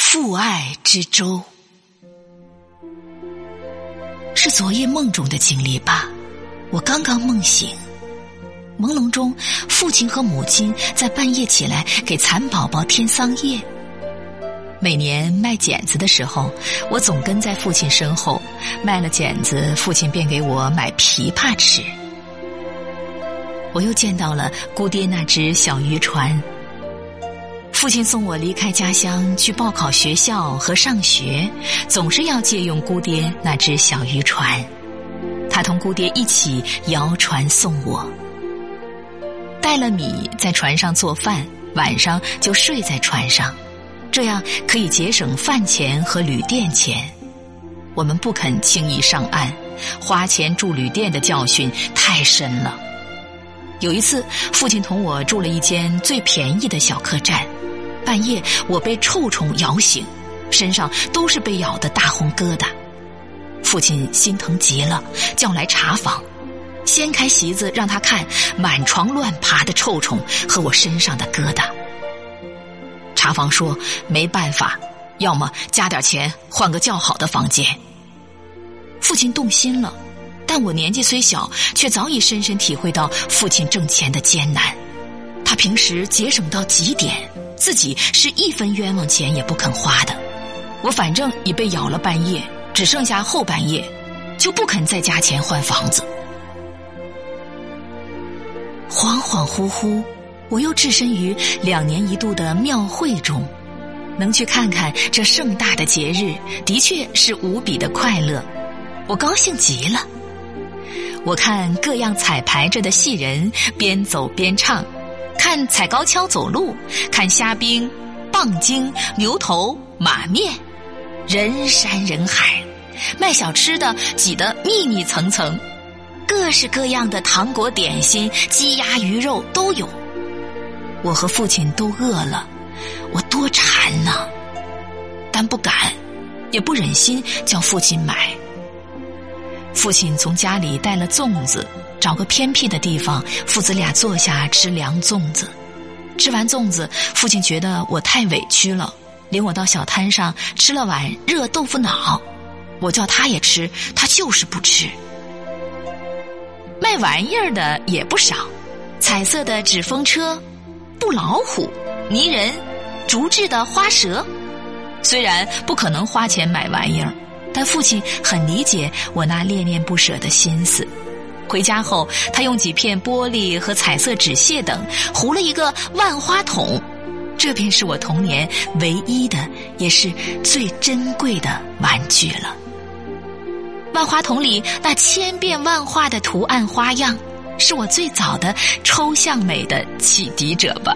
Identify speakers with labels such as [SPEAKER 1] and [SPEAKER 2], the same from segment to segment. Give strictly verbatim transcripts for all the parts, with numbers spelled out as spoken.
[SPEAKER 1] 父爱之舟。是昨夜梦中的经历吧，我刚刚梦醒，朦胧中父亲和母亲在半夜起来给蚕宝宝添桑叶。每年卖剪子的时候，我总跟在父亲身后，卖了剪子，父亲便给我买枇杷吃。我又见到了姑爹那只小渔船。父亲送我离开家乡去报考学校和上学，总是要借用姑爹那只小渔船。他同姑爹一起摇船送我，带了米在船上做饭，晚上就睡在船上，这样可以节省饭钱和旅店钱。我们不肯轻易上岸，花钱住旅店的教训太深了。有一次，父亲同我住了一间最便宜的小客栈，半夜我被臭虫咬醒，身上都是被咬的大红疙瘩。父亲心疼极了，叫来茶房，掀开席子让他看满床乱爬的臭虫和我身上的疙瘩。茶房说没办法，要么加点钱换个较好的房间。父亲动心了，但我年纪虽小，却早已深深体会到父亲挣钱的艰难。他平时节省到极点，自己是一分冤枉钱也不肯花的。我反正已被咬了半夜，只剩下后半夜，就不肯再加钱换房子。恍恍惚惚，我又置身于两年一度的庙会中，能去看看这盛大的节日，的确是无比的快乐。我高兴极了。我看各样彩排着的戏人边走边唱，看踩高跷走路，看虾兵、棒精、牛头、马面，人山人海，卖小吃的挤得密密层层，各式各样的糖果点心、鸡鸭鱼肉都有。我和父亲都饿了，我多馋呐，但不敢，也不忍心叫父亲买。父亲从家里带了粽子，找个偏僻的地方，父子俩坐下吃凉粽子。吃完粽子，父亲觉得我太委屈了，领我到小摊上吃了碗热豆腐脑。我叫他也吃，他就是不吃。卖玩意儿的也不少，彩色的纸风车、布老虎、泥人、竹制的花蛇。虽然不可能花钱买玩意儿，但父亲很理解我那恋恋不舍的心思。回家后，他用几片玻璃和彩色纸屑等糊了一个万花筒，这便是我童年唯一的也是最珍贵的玩具了。万花筒里那千变万化的图案花样，是我最早的抽象美的启迪者吧。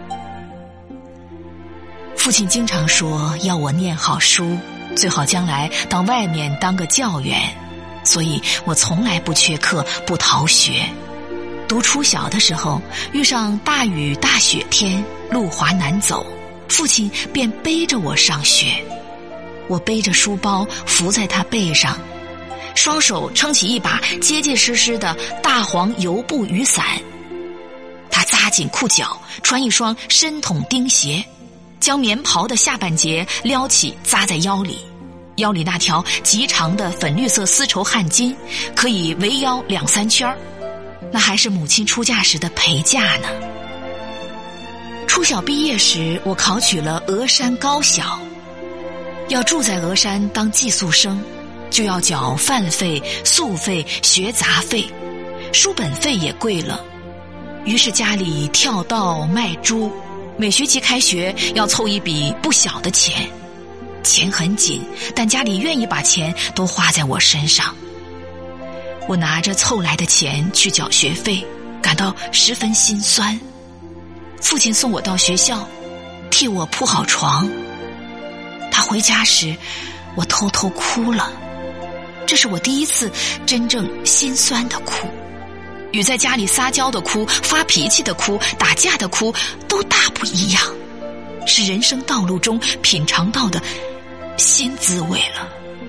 [SPEAKER 1] 父亲经常说要我念好书，最好将来到外面当个教员，所以我从来不缺课，不逃学。读初小的时候，遇上大雨大雪天，路滑难走，父亲便背着我上学。我背着书包伏在他背上，双手撑起一把结结实实的大黄油布雨伞。他扎紧裤脚，穿一双深筒钉鞋，将棉袍的下半截撩起扎在腰里，腰里那条极长的粉绿色丝绸汗巾可以围腰两三圈儿，那还是母亲出嫁时的陪嫁呢。初小毕业时，我考取了峨山高小，要住在峨山当寄宿生，就要缴饭费、宿费、学杂费，书本费也贵了。于是家里跳稻卖猪，每学期开学要凑一笔不小的钱，钱很紧，但家里愿意把钱都花在我身上。我拿着凑来的钱去缴学费，感到十分心酸。父亲送我到学校，替我铺好床。他回家时，我偷偷哭了。这是我第一次真正心酸的哭，与在家里撒娇的哭、发脾气的哭、打架的哭都大不一样，是人生道路中品尝到的新滋味了。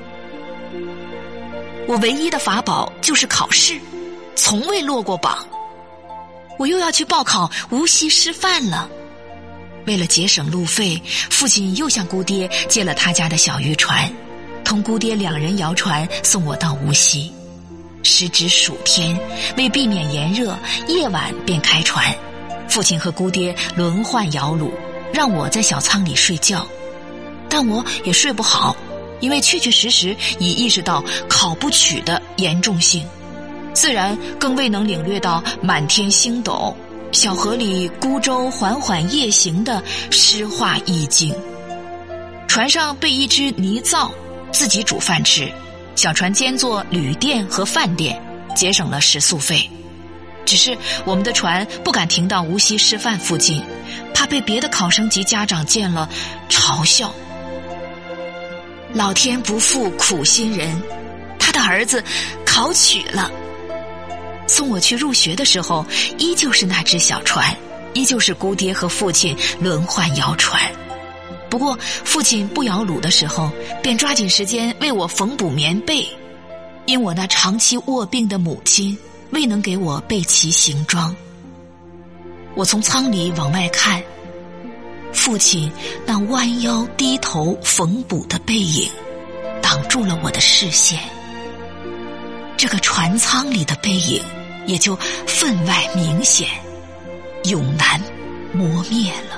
[SPEAKER 1] 我唯一的法宝就是考试，从未落过榜。我又要去报考无锡师范了。 为了节省路费，父亲又向姑爹借了他家的小渔船，同姑爹两人摇船送我到无锡。时值暑天，为避免炎热，夜晚便开船。父亲和姑爹轮换摇橹，让我在小舱里睡觉，但我也睡不好，因为确确实实已意识到考不取的严重性，自然更未能领略到满天星斗，小河里孤舟缓缓夜行的诗画意境。船上备一只泥灶，自己煮饭吃，小船兼做旅店和饭店，节省了食宿费。只是我们的船不敢停到无锡师范附近，怕被别的考生及家长见了嘲笑。老天不负苦心人，他的儿子考取了。送我去入学的时候，依旧是那只小船，依旧是姑爹和父亲轮换摇船。不过父亲不摇橹的时候，便抓紧时间为我缝补棉被，因我那长期卧病的母亲未能给我备齐行装。我从舱里往外看，父亲那弯腰低头缝补的背影挡住了我的视线，这个船舱里的背影也就分外明显，永难磨灭了。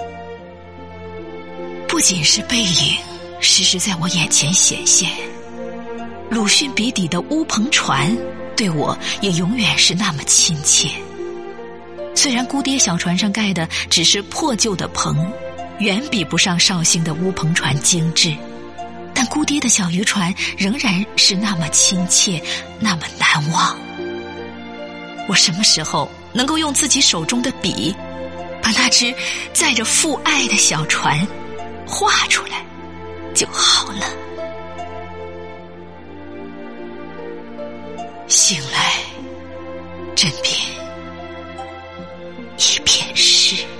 [SPEAKER 1] 不仅是背影时时在我眼前显现，鲁迅笔底的乌篷船对我也永远是那么亲切。虽然姑爹小船上盖的只是破旧的棚，远比不上绍兴的乌篷船精致，但姑爹的小渔船仍然是那么亲切，那么难忘。我什么时候能够用自己手中的笔，把那只载着父爱的小船画出来就好了。醒来，枕边一片诗。